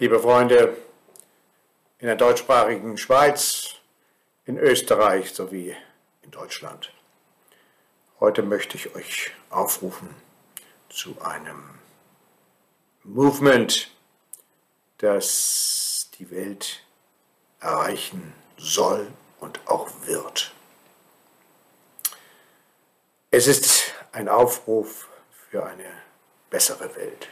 Liebe Freunde in der deutschsprachigen Schweiz, in Österreich sowie in Deutschland. Heute möchte ich euch aufrufen zu einem Movement, das die Welt erreichen soll und auch wird. Es ist ein Aufruf für eine bessere Welt.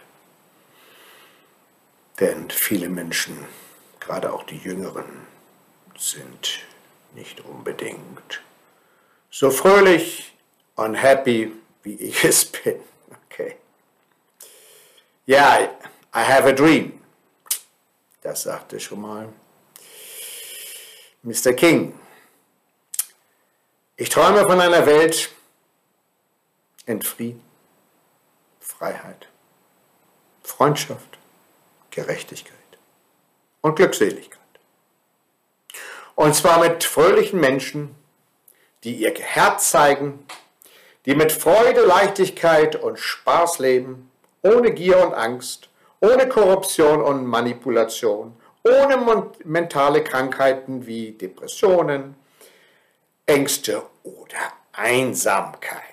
Denn viele Menschen, gerade auch die Jüngeren, sind nicht unbedingt so fröhlich und happy, wie ich es bin. Okay. Ja, I have a dream. Das sagte schon mal Mr. King. Ich träume von einer Welt in Frieden, Freiheit, Freundschaft, Gerechtigkeit und Glückseligkeit. Und zwar mit fröhlichen Menschen, die ihr Herz zeigen, die mit Freude, Leichtigkeit und Spaß leben, ohne Gier und Angst, ohne Korruption und Manipulation, ohne mentale Krankheiten wie Depressionen, Ängste oder Einsamkeit.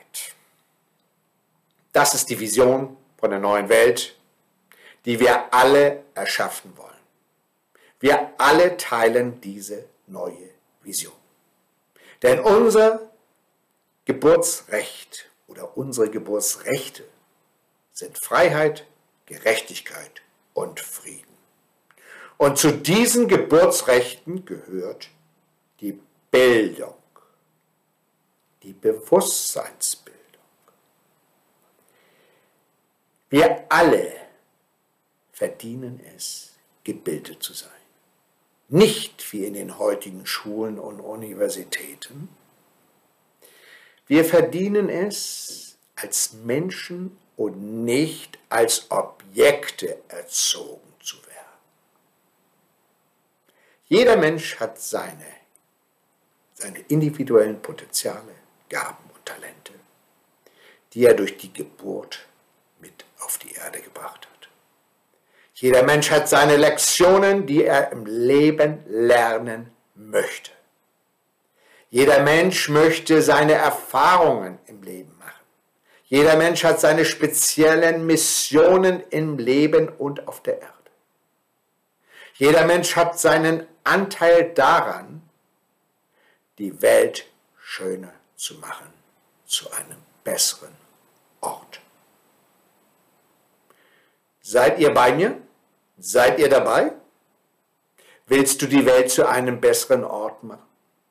Das ist die Vision von der neuen Welt, die wir alle erschaffen wollen. Wir alle teilen diese neue Vision. Denn unser Geburtsrecht oder unsere Geburtsrechte sind Freiheit, Gerechtigkeit und Frieden. Und zu diesen Geburtsrechten gehört die Bildung, die Bewusstseinsbildung. Wir alle verdienen es, gebildet zu sein. Nicht wie in den heutigen Schulen und Universitäten. Wir verdienen es, als Menschen und nicht als Objekte erzogen zu werden. Jeder Mensch hat seine individuellen Potenziale, Gaben und Talente, die er durch die Geburt mit auf die Erde gebracht hat. Jeder Mensch hat seine Lektionen, die er im Leben lernen möchte. Jeder Mensch möchte seine Erfahrungen im Leben machen. Jeder Mensch hat seine speziellen Missionen im Leben und auf der Erde. Jeder Mensch hat seinen Anteil daran, die Welt schöner zu machen, zu einem besseren Ort. Seid ihr bei mir? Seid ihr dabei? Willst du die Welt zu einem besseren Ort machen?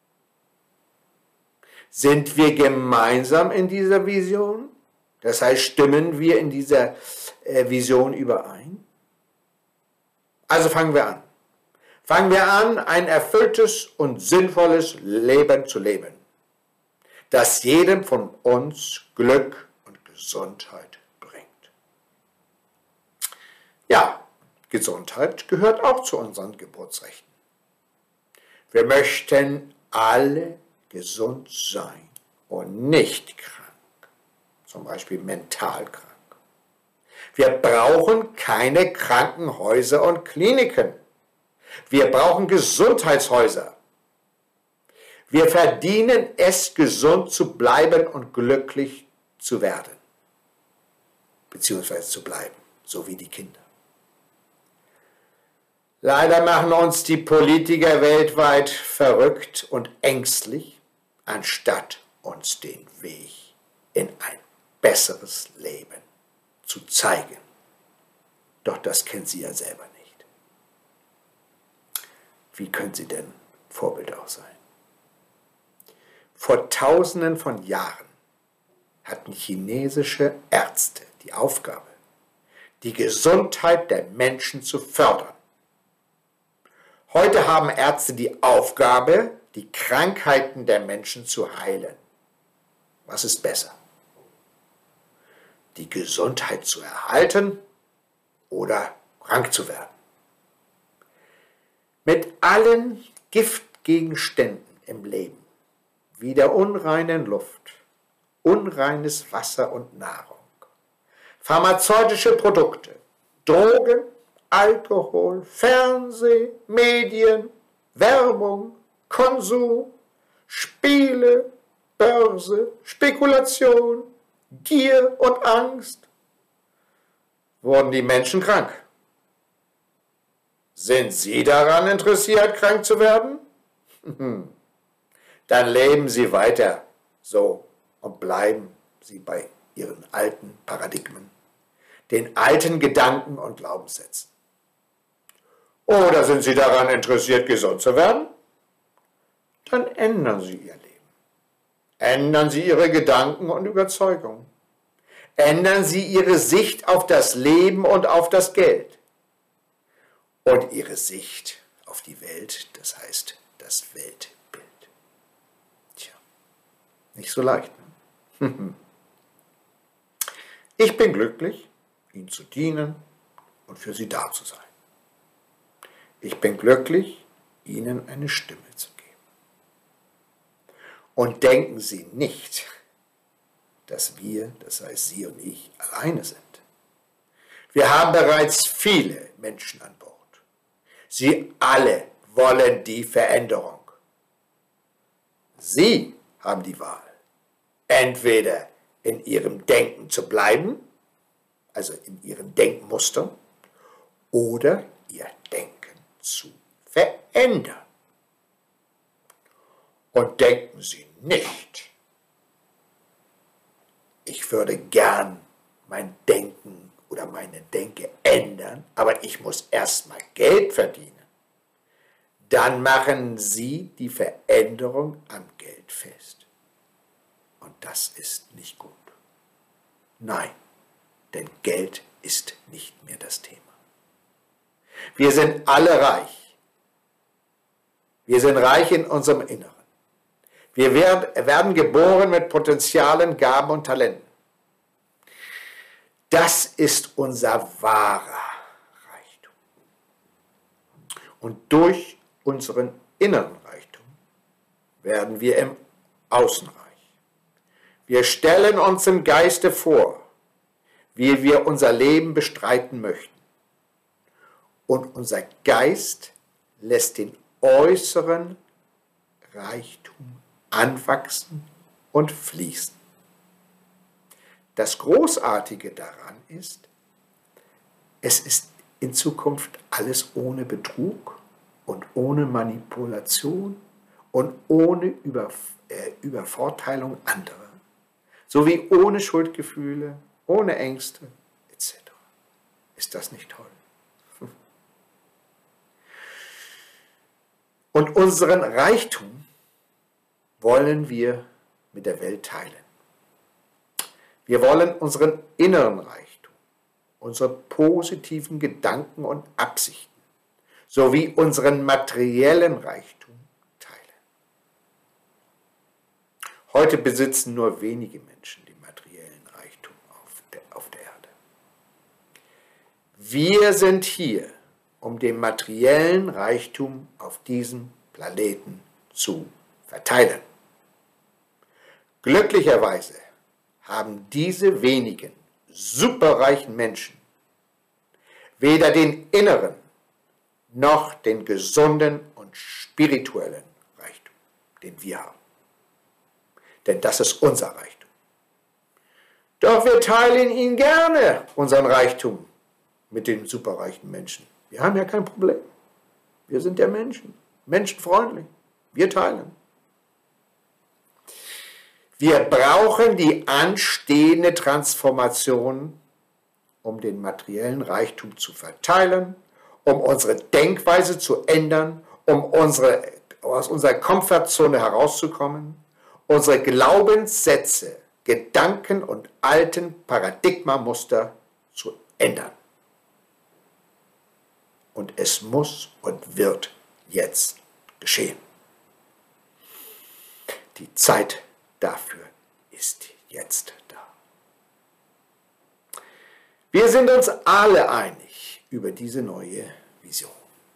Sind wir gemeinsam in dieser Vision? Das heißt, stimmen wir in dieser Vision überein? Also fangen wir an. Fangen wir an, ein erfülltes und sinnvolles Leben zu leben, das jedem von uns Glück und Gesundheit bringt. Ja, Gesundheit gehört auch zu unseren Geburtsrechten. Wir möchten alle gesund sein und nicht krank, zum Beispiel mental krank. Wir brauchen keine Krankenhäuser und Kliniken. Wir brauchen Gesundheitshäuser. Wir verdienen es, gesund zu bleiben und glücklich zu werden, beziehungsweise zu bleiben, so wie die Kinder. Leider machen uns die Politiker weltweit verrückt und ängstlich, anstatt uns den Weg in ein besseres Leben zu zeigen. Doch das kennen sie ja selber nicht. Wie können sie denn Vorbild auch sein? Vor Tausenden von Jahren hatten chinesische Ärzte die Aufgabe, die Gesundheit der Menschen zu fördern. Heute haben Ärzte die Aufgabe, die Krankheiten der Menschen zu heilen. Was ist besser? Die Gesundheit zu erhalten oder krank zu werden? Mit allen Giftgegenständen im Leben, wie der unreinen Luft, unreines Wasser und Nahrung, pharmazeutische Produkte, Drogen Alkohol, Fernsehen, Medien, Werbung, Konsum, Spiele, Börse, Spekulation, Gier und Angst wurden die Menschen krank. Sind Sie daran interessiert, krank zu werden? Dann leben Sie weiter so und bleiben Sie bei Ihren alten Paradigmen, den alten Gedanken und Glaubenssätzen. Oder sind Sie daran interessiert, gesund zu werden? Dann ändern Sie Ihr Leben. Ändern Sie Ihre Gedanken und Überzeugungen. Ändern Sie Ihre Sicht auf das Leben und auf das Geld. Und Ihre Sicht auf die Welt, das heißt das Weltbild. Tja, nicht so leicht. Ne? Ich bin glücklich, Ihnen zu dienen und für Sie da zu sein. Ich bin glücklich, Ihnen eine Stimme zu geben. Und denken Sie nicht, dass wir, das heißt Sie und ich, alleine sind. Wir haben bereits viele Menschen an Bord. Sie alle wollen die Veränderung. Sie haben die Wahl, entweder in ihrem Denken zu bleiben, also in ihren Denkmustern, oder ihr Denken zu verändern. Und denken Sie nicht, ich würde gern mein Denken oder meine Denke ändern, aber ich muss erstmal Geld verdienen. Dann machen Sie die Veränderung am Geld fest. Und das ist nicht gut. Nein, denn Geld ist nicht mehr das Thema. Wir sind alle reich. Wir sind reich in unserem Inneren. Wir werden geboren mit Potenzialen, Gaben und Talenten. Das ist unser wahrer Reichtum. Und durch unseren inneren Reichtum werden wir im Außen reich. Wir stellen uns im Geiste vor, wie wir unser Leben bestreiten möchten. Und unser Geist lässt den äußeren Reichtum anwachsen und fließen. Das Großartige daran ist, es ist in Zukunft alles ohne Betrug und ohne Manipulation und ohne Übervorteilung anderer, sowie ohne Schuldgefühle, ohne Ängste etc. Ist das nicht toll? Und unseren Reichtum wollen wir mit der Welt teilen. Wir wollen unseren inneren Reichtum, unsere positiven Gedanken und Absichten sowie unseren materiellen Reichtum teilen. Heute besitzen nur wenige Menschen den materiellen Reichtum auf der Erde. Wir sind hier, um den materiellen Reichtum auf diesem Planeten zu verteilen. Glücklicherweise haben diese wenigen superreichen Menschen weder den inneren noch den gesunden und spirituellen Reichtum, den wir haben. Denn das ist unser Reichtum. Doch wir teilen ihn gerne, unseren Reichtum, mit den superreichen Menschen. Wir haben ja kein Problem. Wir sind der Menschen, menschenfreundlich. Wir teilen. Wir brauchen die anstehende Transformation, um den materiellen Reichtum zu verteilen, um unsere Denkweise zu ändern, um aus unserer Komfortzone herauszukommen, unsere Glaubenssätze, Gedanken und alten Paradigmamuster zu ändern. Und es muss und wird jetzt geschehen. Die Zeit dafür ist jetzt da. Wir sind uns alle einig über diese neue Vision.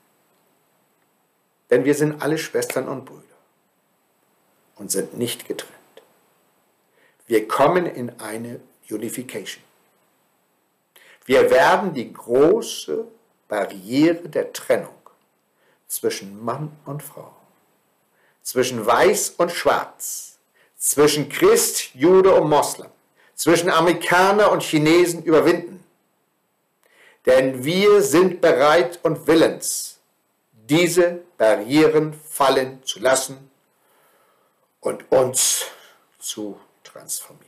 Denn wir sind alle Schwestern und Brüder und sind nicht getrennt. Wir kommen in eine Unification. Wir werden die große Barriere der Trennung zwischen Mann und Frau, zwischen Weiß und Schwarz, zwischen Christ, Jude und Moslem, zwischen Amerikaner und Chinesen überwinden. Denn wir sind bereit und willens, diese Barrieren fallen zu lassen und uns zu transformieren.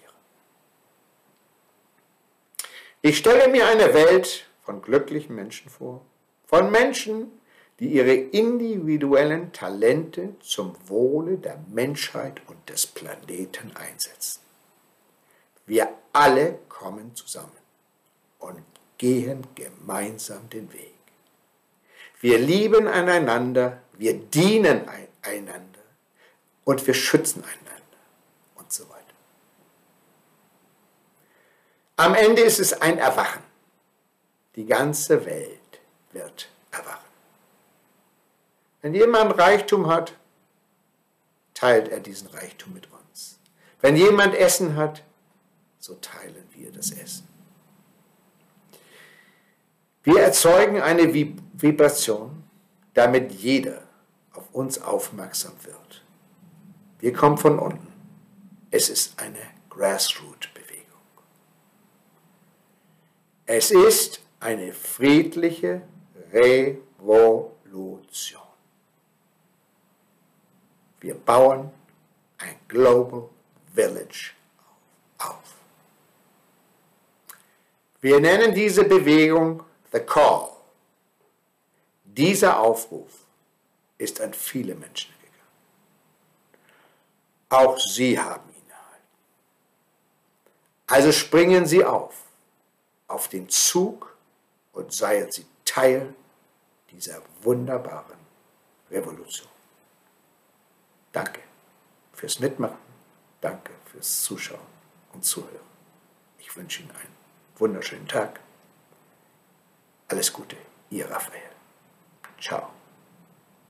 Ich stelle mir eine Welt von glücklichen Menschen vor, von Menschen, die ihre individuellen Talente zum Wohle der Menschheit und des Planeten einsetzen. Wir alle kommen zusammen und gehen gemeinsam den Weg. Wir lieben einander, wir dienen einander und wir schützen einander und so weiter. Am Ende ist es ein Erwachen. Die ganze Welt wird erwachen. Wenn jemand Reichtum hat, teilt er diesen Reichtum mit uns. Wenn jemand Essen hat, so teilen wir das Essen. Wir erzeugen eine Vibration, damit jeder auf uns aufmerksam wird. Wir kommen von unten. Es ist eine Grassroot-Bewegung. Es ist eine friedliche Revolution. Wir bauen ein Global Village auf. Wir nennen diese Bewegung The Call. Dieser Aufruf ist an viele Menschen gegangen. Auch Sie haben ihn erhalten. Also springen Sie auf den Zug und seien Sie Teil dieser wunderbaren Revolution. Danke fürs Mitmachen, danke fürs Zuschauen und Zuhören. Ich wünsche Ihnen einen wunderschönen Tag. Alles Gute, Ihr Raphael. Ciao.